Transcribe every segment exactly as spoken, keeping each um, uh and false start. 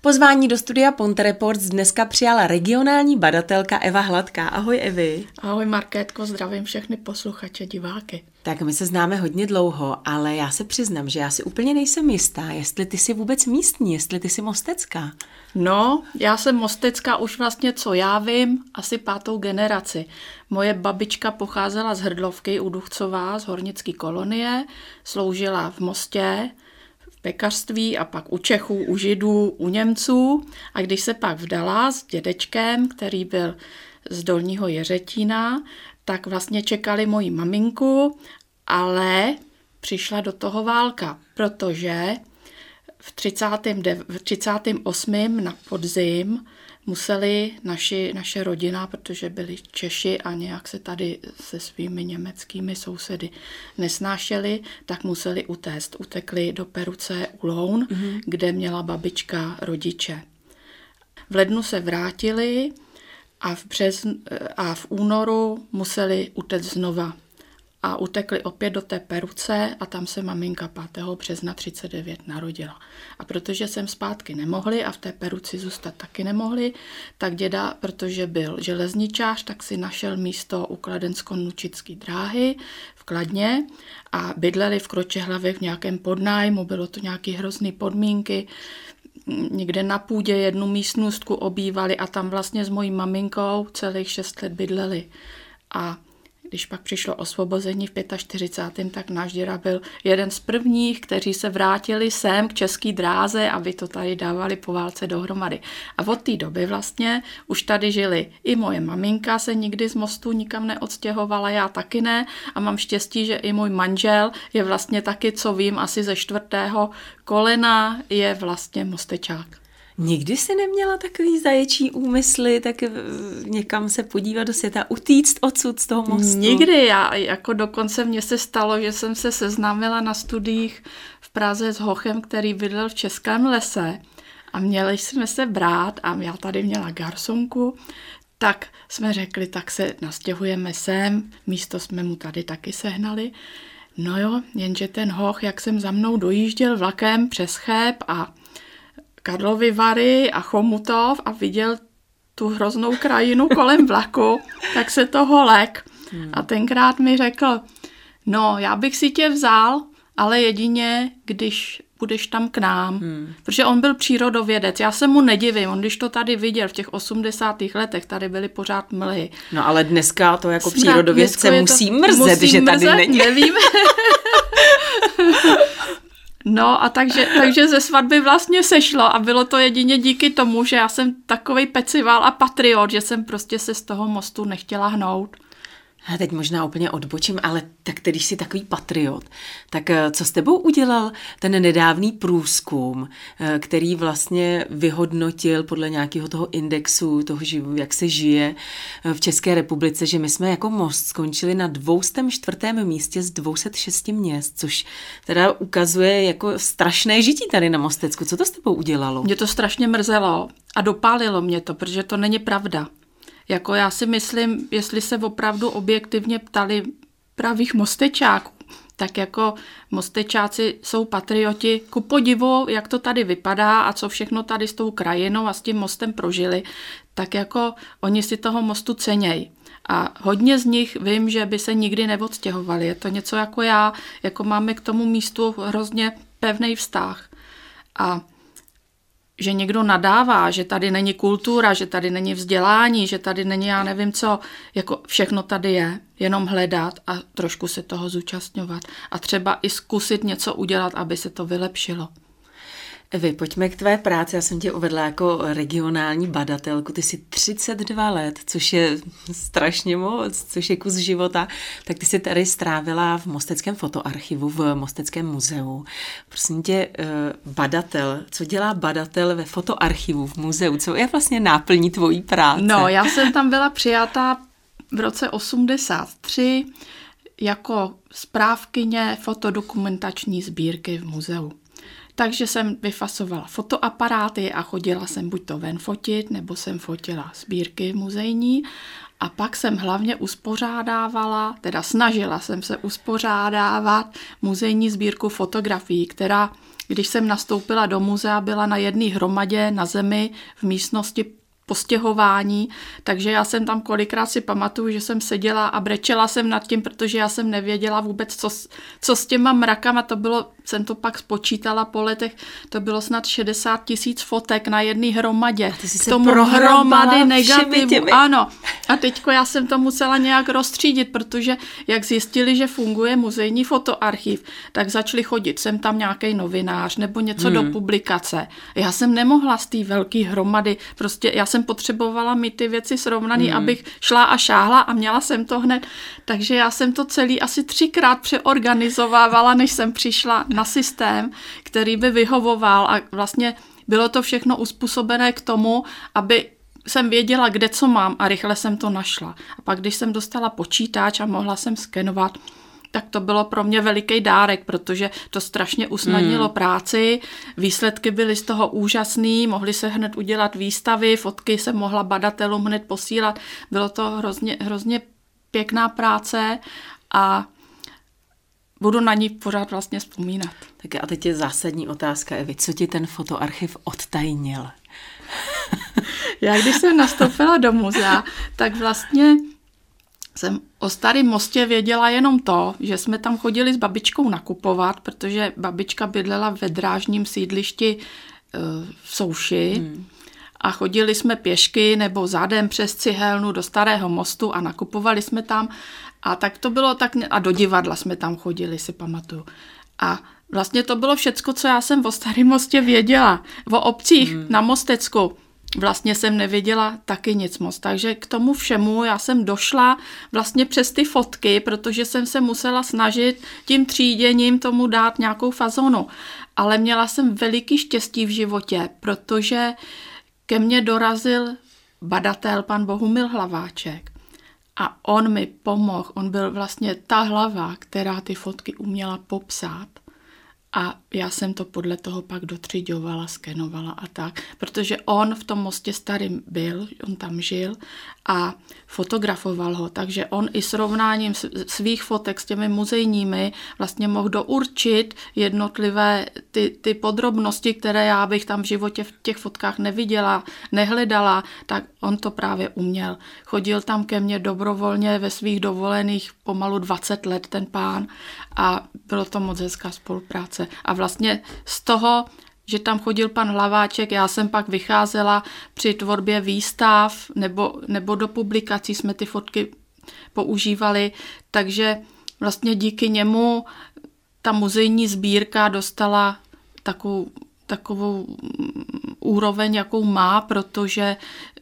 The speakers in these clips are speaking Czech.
Pozvání do studia Ponte Reports dneska přijala regionální badatelka Eva Hladká. Ahoj Evi. Ahoj Markétko, zdravím všechny posluchače, diváky. Tak my se známe hodně dlouho, ale já se přiznám, že já si úplně nejsem jistá, jestli ty jsi vůbec místní, jestli ty jsi mostecká. No, já jsem mostecká už vlastně, co já vím, asi pátou generaci. Moje babička pocházela z Hrdlovky u Duchcová, z hornické kolonie, sloužila v Mostě, v pekařství a pak u Čechů, u Židů, u Němců. A když se pak vdala s dědečkem, který byl z Dolního Jeřetína, tak vlastně čekali moji maminku, ale přišla do toho válka, protože v třicátém osmém na podzim museli naši, naše rodina, protože byli Češi a nějak se tady se svými německými sousedy nesnášeli, tak museli utéct. Utekli do Peruce u Loun, mm-hmm. kde měla babička rodiče. V lednu se vrátili a v, březn, a v únoru museli utéct znova. A utekli opět do té Peruce a tam se maminka pátého března třicet devět narodila. A protože jsem zpátky nemohli a v té Peruci zůstat taky nemohli, tak děda, protože byl železničář, tak si našel místo u Kladensko-Nučický dráhy v Kladně a bydleli v Kročehlavě v nějakém podnájmu, bylo to nějaké hrozný podmínky, někde na půdě jednu místnostku obývali a tam vlastně s mojí maminkou celých šest let bydleli. A když pak přišlo osvobození v čtyřicátém pátém tak náš děda byl jeden z prvních, kteří se vrátili sem k České dráze, aby to tady dávali po válce dohromady. A od té doby vlastně už tady žili. I moje maminka se nikdy z Mostu nikam neodstěhovala, já taky ne. A mám štěstí, že i můj manžel je vlastně taky, co vím, asi ze čtvrtého kolena je vlastně Mostečák. Nikdy jsi neměla takový zaječí úmysly, tak někam se podívat do světa, utíct odsud z toho Mostu? Nikdy. Já, jako dokonce mně se stalo, že jsem se seznámila na studiích v Praze s hochem, který bydlel v Českém lese a měli jsme se brát a já tady měla garsonku, tak jsme řekli, tak se nastěhujeme sem, místo jsme mu tady taky sehnali. No jo, jenže ten hoch, jak jsem za mnou dojížděl vlakem přes Cheb a Karlovy Vary a Chomutov a viděl tu hroznou krajinu kolem vlaku, tak se toho lek. Hmm. A tenkrát mi řekl, no já bych si tě vzal, ale jedině, když budeš tam k nám. Hmm. Protože on byl přírodovědec, já se mu nedivím, on když to tady viděl v těch osmdesátých letech, tady byly pořád mlhy. No ale dneska to jako přírodovědce musí mrzet, musí že tady mrzet, není. Nevím. No a takže, takže ze svatby vlastně sešlo a bylo to jedině díky tomu, že já jsem takovej pecival a patriot, že jsem prostě se z toho Mostu nechtěla hnout. A teď možná úplně odbočím, ale tak když jsi takový patriot, tak co s tebou udělal ten nedávný průzkum, který vlastně vyhodnotil podle nějakého toho indexu, toho, jak se žije v České republice, že my jsme jako Most skončili na dvoustém čtvrtém místě z dvou set šesti měst, což teda ukazuje jako strašné žití tady na Mostecku. Co to s tebou udělalo? Mě to strašně mrzelo a dopálilo mě to, protože to není pravda. Jako já si myslím, jestli se opravdu objektivně ptali pravých Mostečáků, tak jako Mostečáci jsou patrioti, ku podivu, jak to tady vypadá a co všechno tady s tou krajinou a s tím Mostem prožili, tak jako oni si toho Mostu cenějí. A hodně z nich vím, že by se nikdy neodstěhovali. Je to něco jako já, jako máme k tomu místu hrozně pevný vztah. A že někdo nadává, že tady není kultura, že tady není vzdělání, že tady není já nevím co, jako všechno tady je, jenom hledat a trošku se toho zúčastňovat a třeba i zkusit něco udělat, aby se to vylepšilo. Evi, pojďme k tvé práci. Já jsem tě uvedla jako regionální badatelku. Ty jsi třicet dva let, což je strašně moc, což je kus života. Tak ty jsi tady strávila v Mosteckém fotoarchivu, v Mosteckém muzeu. Prosím tě, badatel, co dělá badatel ve fotoarchivu, v muzeu? Co je vlastně náplní tvojí práce? No, já jsem tam byla přijata v roce osmdesát tři jako správkyně fotodokumentační sbírky v muzeu. Takže jsem vyfasovala fotoaparáty a chodila jsem buď to ven fotit, nebo jsem fotila sbírky muzejní A pak jsem hlavně uspořádávala, teda snažila jsem se uspořádávat muzejní sbírku fotografií, která, když jsem nastoupila do muzea, byla na jedné hromadě na zemi v místnosti postěhování, takže já jsem tam kolikrát si pamatuju, že jsem seděla a brečela jsem nad tím, protože já jsem nevěděla vůbec, co, co s těma mrakama, to bylo, jsem to pak spočítala po letech, to bylo snad šedesát tisíc fotek na jedné hromadě. A ty jsi k se tomu hromady negativů. Ano. A teďko já jsem to musela nějak rozstřídit, protože jak zjistili, že funguje muzejní fotoarchiv, tak začali chodit sem tam nějaký novinář nebo něco hmm. do publikace. Já jsem nemohla z té velké hromady, prostě já jsem potřebovala mít ty věci srovnaný, hmm. abych šla a šáhla a měla jsem to hned. Takže já jsem to celý asi třikrát přeorganizovávala, než jsem přišla na systém, který by vyhovoval a vlastně bylo to všechno uspůsobené k tomu, aby jsem věděla, kde co mám a rychle jsem to našla. A pak, když jsem dostala počítač a mohla jsem skenovat, tak to bylo pro mě veliký dárek, protože to strašně usnadnilo mm. práci, výsledky byly z toho úžasný, mohly se hned udělat výstavy, fotky jsem mohla badatelům hned posílat, bylo to hrozně, hrozně pěkná práce a budu na ní pořád vlastně vzpomínat. Tak a teď je zásadní otázka, Evi, co ti ten fotoarchiv odtajnil? Já když jsem nastoupila do muzea, tak vlastně jsem o Starém Mostě věděla jenom to, že jsme tam chodili s babičkou nakupovat, protože babička bydlela ve drážním sídlišti v Souši hmm. a chodili jsme pěšky nebo zadem přes Cihelnu do Starého Mostu a nakupovali jsme tam a tak to bylo tak a do divadla jsme tam chodili, si pamatuju. A vlastně to bylo všecko, co já jsem o Starém Mostě věděla. O obcích hmm. na Mostecku vlastně jsem nevěděla taky nic moc. Takže k tomu všemu já jsem došla vlastně přes ty fotky, protože jsem se musela snažit tím tříděním tomu dát nějakou fazonu. Ale měla jsem veliký štěstí v životě, protože ke mně dorazil badatel pan Bohumil Hlaváček. A on mi pomohl, on byl vlastně ta hlava, která ty fotky uměla popsat. A já jsem to podle toho pak dotřiďovala, skenovala a tak, protože on v tom Mostě Starým byl, on tam žil a fotografoval ho, takže on i srovnáním svých fotek s těmi muzejními vlastně mohl dourčit jednotlivé ty, ty podrobnosti, které já bych tam v životě v těch fotkách neviděla, nehledala, tak on to právě uměl. Chodil tam ke mně dobrovolně ve svých dovolených pomalu dvacet let ten pán a bylo to moc hezká spolupráce. A vlastně z toho, že tam chodil pan Hlaváček, já jsem pak vycházela při tvorbě výstav nebo, nebo do publikací jsme ty fotky používali, takže vlastně díky němu ta muzejní sbírka dostala takovou, takovou úroveň, jakou má, protože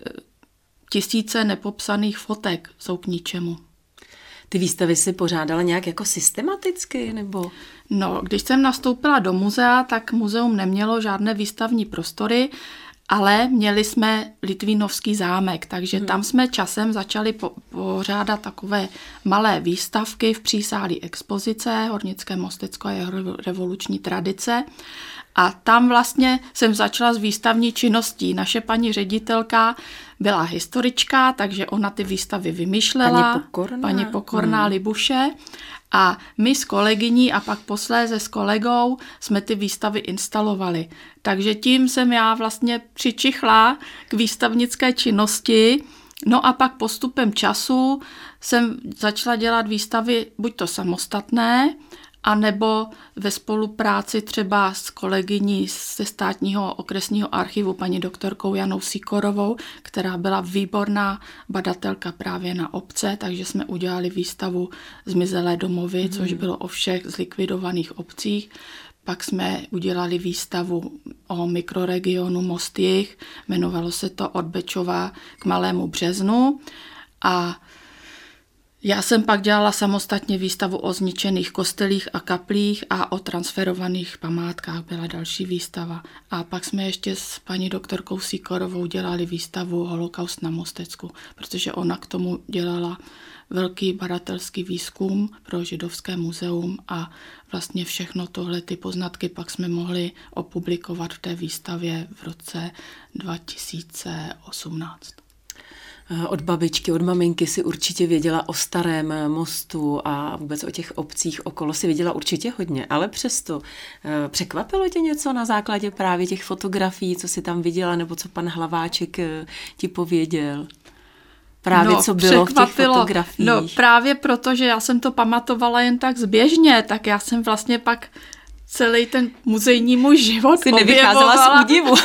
tisíce nepopsaných fotek jsou k ničemu. Ty výstavy si pořádala nějak jako systematicky, nebo? No, když jsem nastoupila do muzea, tak muzeum nemělo žádné výstavní prostory, ale měli jsme Litvínovský zámek, takže hmm. tam jsme časem začali po- pořádat takové malé výstavky v přísálí expozice Hornické Mostecko a jeho revoluční tradice. A tam vlastně jsem začala s výstavní činností. Naše paní ředitelka byla historička, takže ona ty výstavy vymýšlela. Paní Pokorná. Paní Pokorná hmm. Libuše. A my s kolegyní a pak posléze s kolegou jsme ty výstavy instalovali. Takže tím jsem já vlastně přičichla k výstavnické činnosti. No a pak postupem času jsem začala dělat výstavy buď to samostatné, a nebo ve spolupráci třeba s kolegyní ze státního okresního archivu paní doktorkou Janou Sikorovou, která byla výborná badatelka právě na obce, takže jsme udělali výstavu Zmizelé domovy, hmm. což bylo o všech zlikvidovaných obcích. Pak jsme udělali výstavu o mikroregionu Most Jih, jmenovalo se to Od Bečova k Malému Březnu a já jsem pak dělala samostatně výstavu o zničených kostelích a kaplích a o transferovaných památkách byla další výstava. A pak jsme ještě s paní doktorkou Sikorovou dělali výstavu Holokaust na Mostecku, protože ona k tomu dělala velký badatelský výzkum pro Židovské muzeum a vlastně všechno tohle, ty poznatky pak jsme mohli opublikovat v té výstavě v roce dva tisíce osmnáct. Od babičky, od maminky si určitě věděla o Starém Mostu a vůbec o těch obcích okolo si věděla určitě hodně, ale přesto překvapilo tě něco na základě právě těch fotografií, co si tam viděla, nebo co pan Hlaváček ti pověděl? Právě no, co bylo v těch fotografiích. No právě proto, že já jsem to pamatovala jen tak zběžně, tak já jsem vlastně pak celý ten muzejní můj život si nevycházela z údivu.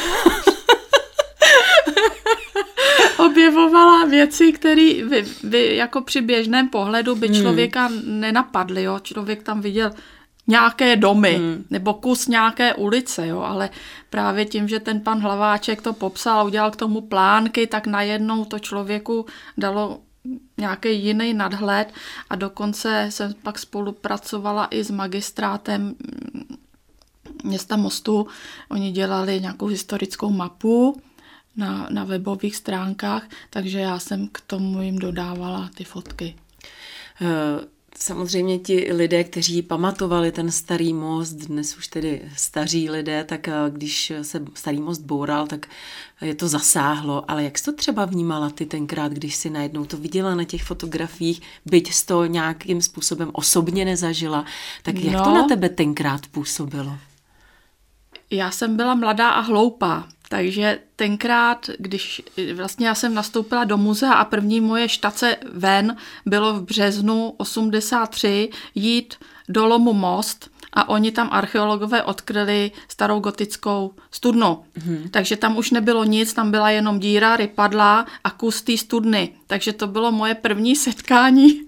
Objevovala věci, které by, by jako při běžném pohledu by člověka hmm. nenapadly. Jo? Člověk tam viděl nějaké domy hmm. nebo kus nějaké ulice, jo? Ale právě tím, že ten pan Hlaváček to popsal a udělal k tomu plánky, tak najednou to člověku dalo nějaký jiný nadhled a dokonce jsem pak spolupracovala i s magistrátem města Mostu. Oni dělali nějakou historickou mapu na, na webových stránkách, takže já jsem k tomu jim dodávala ty fotky. Samozřejmě ti lidé, kteří pamatovali ten Starý most, dnes už tedy staří lidé, tak když se Starý most boural, tak je to zasáhlo. Ale jak jsi to třeba vnímala ty tenkrát, když si najednou to viděla na těch fotografiích, byť jsi to nějakým způsobem osobně nezažila, tak jak no, to na tebe tenkrát působilo? Já jsem byla mladá a hloupá. Takže tenkrát, když vlastně já jsem nastoupila do muzea a první moje štace ven bylo v březnu osmdesát tři jít do lomu Most a oni tam archeologové odkryli starou gotickou studnu. Hmm. Takže tam už nebylo nic, tam byla jenom díra, rypadla a kus té studny. Takže to bylo moje první setkání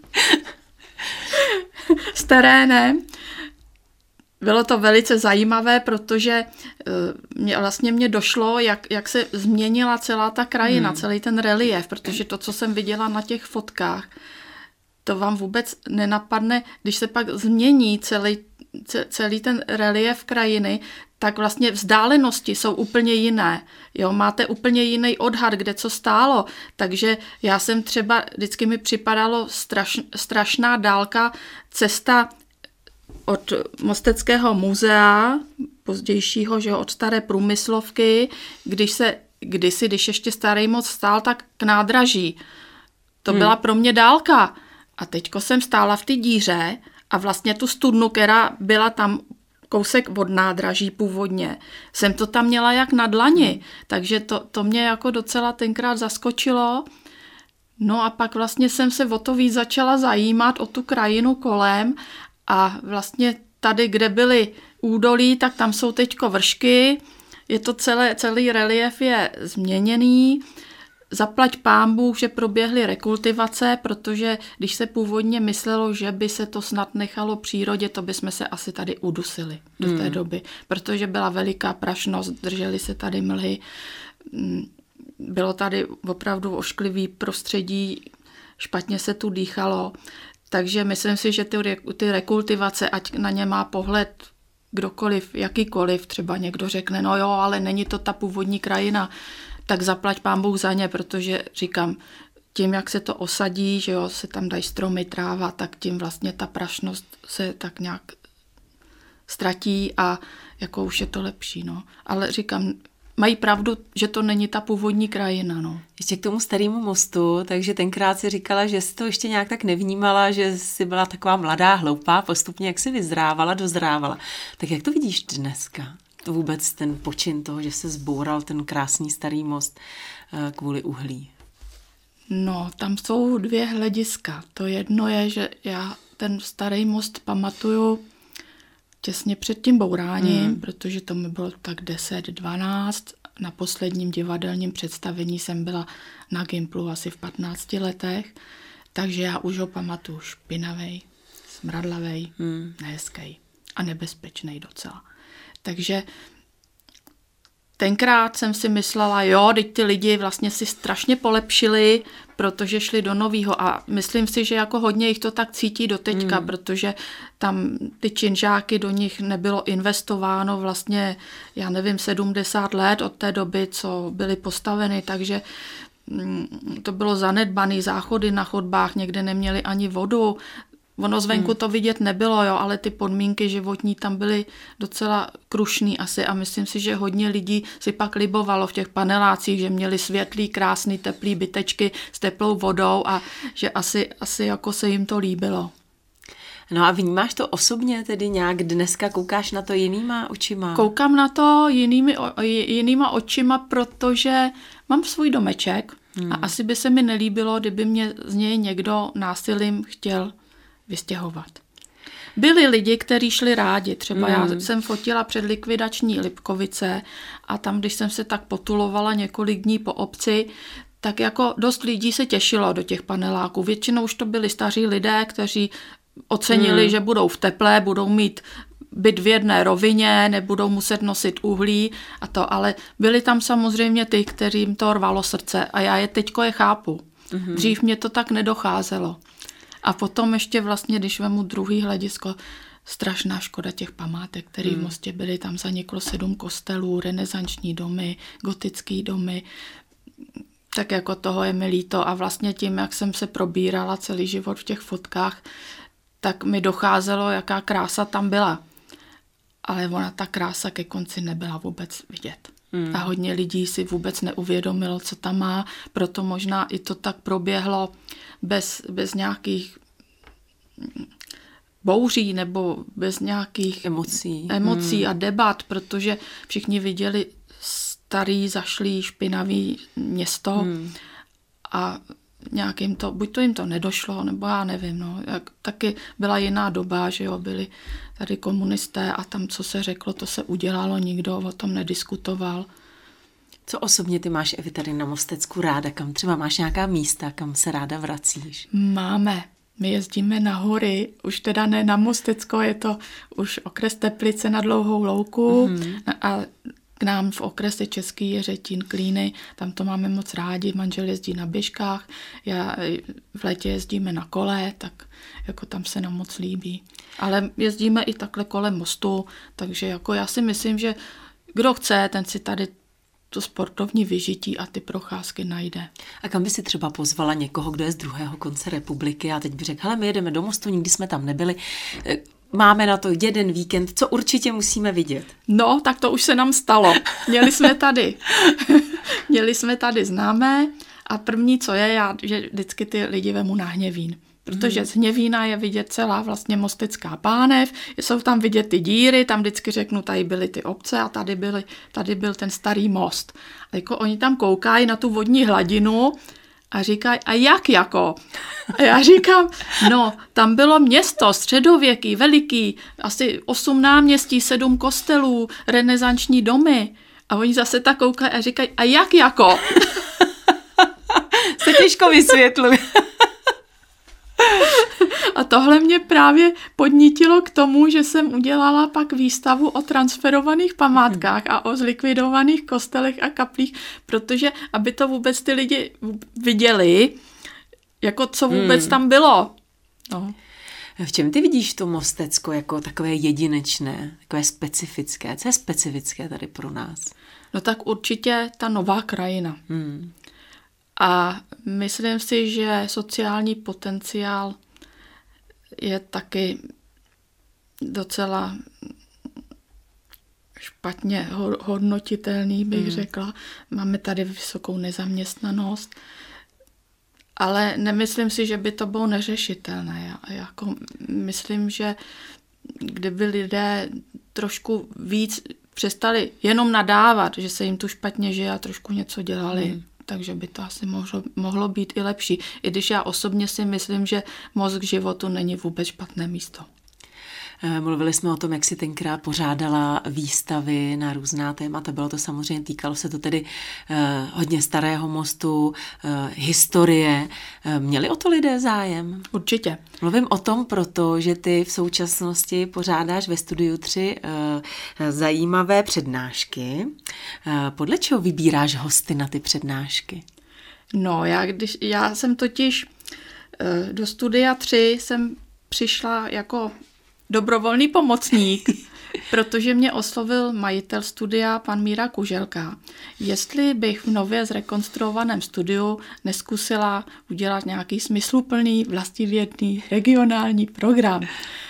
s terénem. Bylo to velice zajímavé, protože mě, vlastně mě došlo, jak, jak se změnila celá ta krajina, hmm. celý ten relief, protože to, co jsem viděla na těch fotkách, to vám vůbec nenapadne, když se pak změní celý, celý ten relief krajiny, tak vlastně vzdálenosti jsou úplně jiné. Jo, máte úplně jiný odhad, kde co stálo. Takže já jsem třeba, vždycky mi připadalo straš, strašná dálka cesta od Mosteckého muzea, pozdějšího, že od staré průmyslovky, když se kdysi, když ještě Starý most stál, tak k nádraží. To hmm. byla pro mě dálka. A teďko jsem stála v té díře a vlastně tu studnu, která byla tam kousek od nádraží původně, jsem to tam měla jak na dlani. Hmm. Takže to, to mě jako docela tenkrát zaskočilo. No a pak vlastně jsem se o to víc začala zajímat, o tu krajinu kolem. A vlastně tady, kde byly údolí, tak tam jsou teďko vršky. Je to celé, celý relief je změněný. Zaplať pán Bůh, že proběhly rekultivace, protože když se původně myslelo, že by se to snad nechalo přírodě, to bychom se asi tady udusili do té hmm. doby. Protože byla veliká prašnost, držely se tady mlhy. Bylo tady opravdu ošklivý prostředí, špatně se tu dýchalo. Takže myslím si, že ty, ty rekultivace, ať na ně má pohled kdokoliv, jakýkoliv, třeba někdo řekne, no jo, ale není to ta původní krajina, tak zaplať pán Bůh za ně, protože říkám, tím, jak se to osadí, že jo, se tam dají stromy, tráva, tak tím vlastně ta prašnost se tak nějak ztratí a jako už je to lepší, no. Ale říkám, mají pravdu, že to není ta původní krajina, no. Ještě k tomu Starému mostu, takže tenkrát si říkala, že jsi to ještě nějak tak nevnímala, že jsi byla taková mladá, hloupá, postupně jak jsi vyzrávala, dozrávala. Tak jak to vidíš dneska? To vůbec ten počin toho, že se zboural ten krásný Starý most kvůli uhlí. No, tam jsou dvě hlediska. To jedno je, že já ten Starý most pamatuju těsně před tím bouráním, hmm. protože to mi bylo tak deset dvanáct. Na posledním divadelním představení jsem byla na Gimplu asi v patnácti letech, takže já už ho pamatuju špinavej, smradlavej, hmm. nehezkej a nebezpečnej docela. Takže tenkrát jsem si myslela, jo, teď ty lidi vlastně si strašně polepšili, protože šli do novýho a myslím si, že jako hodně jich to tak cítí do teďka, hmm. protože tam ty činžáky, do nich nebylo investováno vlastně, já nevím, sedmdesát let od té doby, co byly postaveny, takže to bylo zanedbané, záchody na chodbách, někde neměli ani vodu, Ono zvenku hmm. to vidět nebylo, jo, ale ty podmínky životní tam byly docela krušný asi a myslím si, že hodně lidí si pak libovalo v těch panelácích, že měli světlý, krásný, teplý bytečky s teplou vodou a že asi, asi jako se jim to líbilo. No a vnímáš to osobně, tedy nějak dneska koukáš na to jinýma očima? Koukám na to jinými, jinýma očima, protože mám svůj domeček hmm. a asi by se mi nelíbilo, kdyby mě z něj někdo násilím chtěl vystěhovat. Byli lidi, kteří šli rádi. Třeba mm. já jsem fotila předlikvidační Lipkovice a tam, když jsem se tak potulovala několik dní po obci, tak jako dost lidí se těšilo do těch paneláků. Většinou už to byli staří lidé, kteří ocenili, mm. že budou v teple, budou mít byt v jedné rovině, nebudou muset nosit uhlí a to, ale byli tam samozřejmě ty, kterým to rvalo srdce a já je teďko je chápu. Mm. Dřív mě to tak nedocházelo. A potom ještě vlastně, když vemu druhý hledisko, strašná škoda těch památek, které hmm. v Mostě byly. Tam zaniklo sedm kostelů, renesanční domy, gotický domy. Tak jako toho je mi líto. A vlastně tím, jak jsem se probírala celý život v těch fotkách, tak mi docházelo, jaká krása tam byla. Ale ona ta krása ke konci nebyla vůbec vidět. Hmm. A hodně lidí si vůbec neuvědomilo, co tam má, proto možná i to tak proběhlo bez, bez nějakých bouří nebo bez nějakých emocí, emocí hmm. a debat, protože všichni viděli starý, zašlý, špinavý město hmm. a nějak jim to, buď to jim to nedošlo, nebo já nevím, no, jak, taky byla jiná doba, že jo, byli tady komunisté a tam, co se řeklo, to se udělalo, nikdo o tom nediskutoval. Co osobně ty máš, Evi, tady na Mostecku ráda? Kam třeba máš nějaká místa, kam se ráda vracíš? Máme. My jezdíme na hory, už teda ne na Mostecko, je to už okres Teplice na Dlouhou louku mm-hmm. a k nám v okrese Český Jeřetín, Klíny, tam to máme moc rádi, manžel jezdí na běžkách, já v létě jezdíme na kole, tak jako tam se nám moc líbí. Ale jezdíme i takhle kolem mostu, takže jako já si myslím, že kdo chce, ten si tady to sportovní vyžití a ty procházky najde. A kam by si třeba pozvala někoho, kdo je z druhého konce republiky a teď by řekl, hele, my jedeme do Mostu, nikdy jsme tam nebyli, máme na to jeden víkend, co určitě musíme vidět? No, tak to už se nám stalo. Měli jsme tady, měli jsme tady známé a první, co je, já, že vždycky ty lidi vemu na Hněvín. Protože z Hněvína je vidět celá vlastně Mostecká pánev, jsou tam vidět ty díry, tam vždycky řeknu, tady byly ty obce a tady, byly, tady byl ten starý most. A jako oni tam koukají na tu vodní hladinu a říkají, a jak jako? A já říkám, no, tam bylo město, středověký, veliký, asi osm náměstí, sedm kostelů, renesanční domy. A oni zase tak koukají a říkají, a jak jako? Se těžko vysvětluje. A tohle mě právě podnítilo k tomu, že jsem udělala pak výstavu o transferovaných památkách a o zlikvidovaných kostelech a kaplích, protože aby to vůbec ty lidi viděli, jako co vůbec hmm. tam bylo. No. V čem ty vidíš to Mostecko jako takové jedinečné, takové specifické? Co je specifické tady pro nás? No tak určitě ta nová krajina. Hmm. A myslím si, že sociální potenciál je taky docela špatně hodnotitelný, bych mm. řekla. Máme tady vysokou nezaměstnanost, ale nemyslím si, že by to bylo neřešitelné. Já jako myslím, že kdyby lidé trošku víc přestali jenom nadávat, že se jim tu špatně žije a trošku něco dělali, mm. takže by to asi mohlo, mohlo být i lepší. I když já osobně si myslím, že Most životu není vůbec špatné místo. Mluvili jsme o tom, jak si tenkrát pořádala výstavy na různá témata. Bylo to samozřejmě, týkalo se to tedy eh, hodně starého mostu, eh, historie. Měli o to lidé zájem? Určitě. Mluvím o tom proto, že ty v současnosti pořádáš ve Studiu tři eh, zajímavé přednášky. Eh, podle čeho vybíráš hosty na ty přednášky? No, já, když, já jsem totiž eh, do Studia tři jsem přišla jako dobrovolný pomocník, protože mě oslovil majitel studia, pan Míra Kuželka, jestli bych v nově zrekonstruovaném studiu neskusila udělat nějaký smysluplný, vlastivědný, regionální program.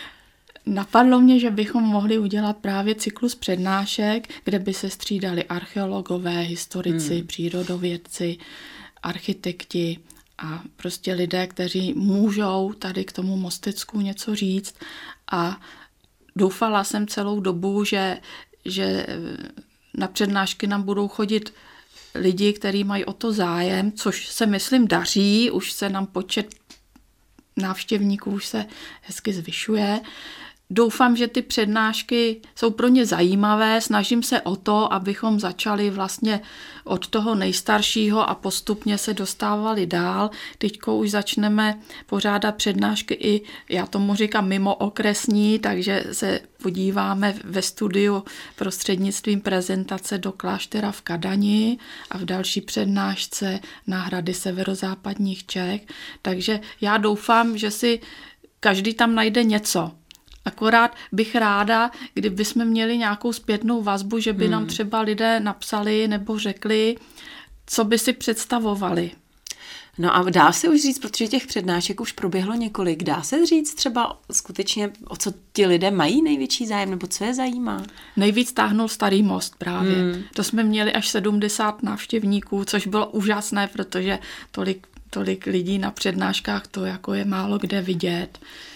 Napadlo mě, že bychom mohli udělat právě cyklus přednášek, kde by se střídali archeologové, historici, hmm. přírodovědci, architekti a prostě lidé, kteří můžou tady k tomu Mostecku něco říct. A doufala jsem celou dobu, že, že na přednášky nám budou chodit lidi, kteří mají o to zájem, což se myslím daří, už se nám počet návštěvníků už se hezky zvyšuje. Doufám, že ty přednášky jsou pro ně zajímavé, snažím se o to, abychom začali vlastně od toho nejstaršího a postupně se dostávali dál. Teďko už začneme pořádat přednášky i, já tomu říkám, mimo okresní, takže se podíváme ve studiu prostřednictvím prezentace do kláštera v Kadani a v další přednášce na hrady severozápadních Čech. Takže já doufám, že si každý tam najde něco. Akorát bych ráda, kdyby jsme měli nějakou zpětnou vazbu, že by hmm. nám třeba lidé napsali nebo řekli, co by si představovali. No a dá se už říct, protože těch přednášek už proběhlo několik, dá se říct třeba skutečně, o co ti lidé mají největší zájem, nebo co je zajímá? Nejvíc táhnul Starý most právě. Hmm. To jsme měli až sedmdesát návštěvníků, což bylo úžasné, protože tolik, tolik lidí na přednáškách, to jako je málo kde vidět.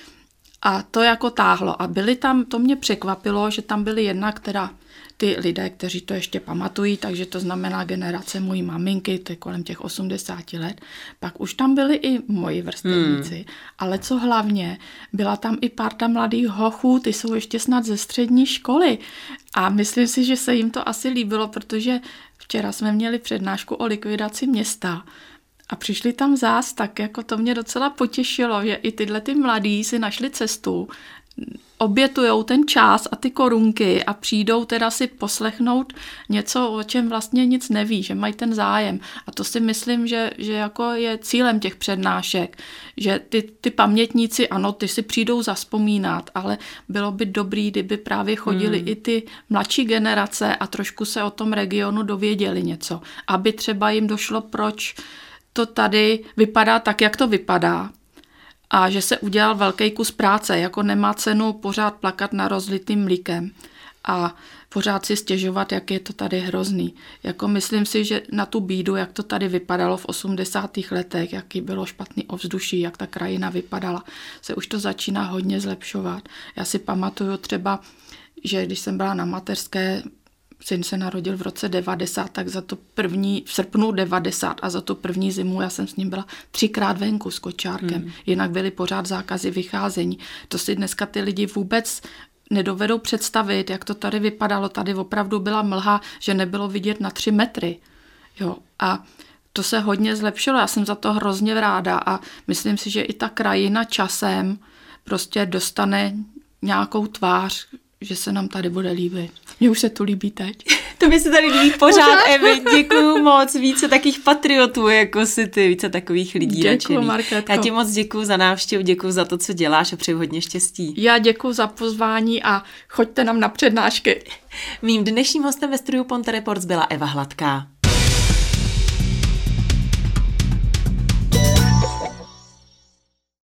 A to jako táhlo. A byli tam, to mě překvapilo, že tam byly jednak teda ty lidé, kteří to ještě pamatují, takže to znamená generace mojí maminky, to je kolem těch osmdesáti let. Pak už tam byli i moji vrstevníci. Hmm. Ale co hlavně, byla tam i parta mladých hochů, ty jsou ještě snad ze střední školy. A myslím si, že se jim to asi líbilo, protože včera jsme měli přednášku o likvidaci města. A přišli tam zás, tak jako to mě docela potěšilo, že i tyhle ty mladí si našli cestu, obětujou ten čas a ty korunky a přijdou teda si poslechnout něco, o čem vlastně nic neví, že mají ten zájem. A to si myslím, že, že jako je cílem těch přednášek, že ty, ty pamětníci, ano, ty si přijdou zazpomínat, ale bylo by dobrý, kdyby právě chodili hmm. i ty mladší generace a trošku se o tom regionu dověděli něco, aby třeba jim došlo, proč to tady vypadá tak, jak to vypadá. A že se udělal velký kus práce, jako nemá cenu pořád plakat na rozlitým mlíkem a pořád si stěžovat, jak je to tady hrozný. Jako myslím si, že na tu bídu, jak to tady vypadalo v osmdesátých letech, jaký bylo špatný ovzduší, jak ta krajina vypadala, se už to začíná hodně zlepšovat. Já si pamatuju třeba, že když jsem byla na mateřské, syn se narodil v roce devadesát, tak za to první, v srpnu devadesát a za tu první zimu já jsem s ním byla třikrát venku s kočárkem. Hmm. Jinak byly pořád zákazy vycházení. To si dneska ty lidi vůbec nedovedou představit, jak to tady vypadalo. Tady opravdu byla mlha, že nebylo vidět na tři metry. Jo. A to se hodně zlepšilo. Já jsem za to hrozně ráda a myslím si, že i ta krajina časem prostě dostane nějakou tvář, že se nám tady bude líbit. Mně už se to líbí teď. To mi se tady líbí pořád, Evi. Děkuju moc. Více takových patriotů, jako si ty, více takových lidí. Děkuju, Markétko. Já ti moc děkuju za návštěvu, děkuju za to, co děláš a přeju hodně štěstí. Já děkuju za pozvání a choďte nám na přednášky. Mým dnešním hostem ve studiu Ponte Reports byla Eva Hladká.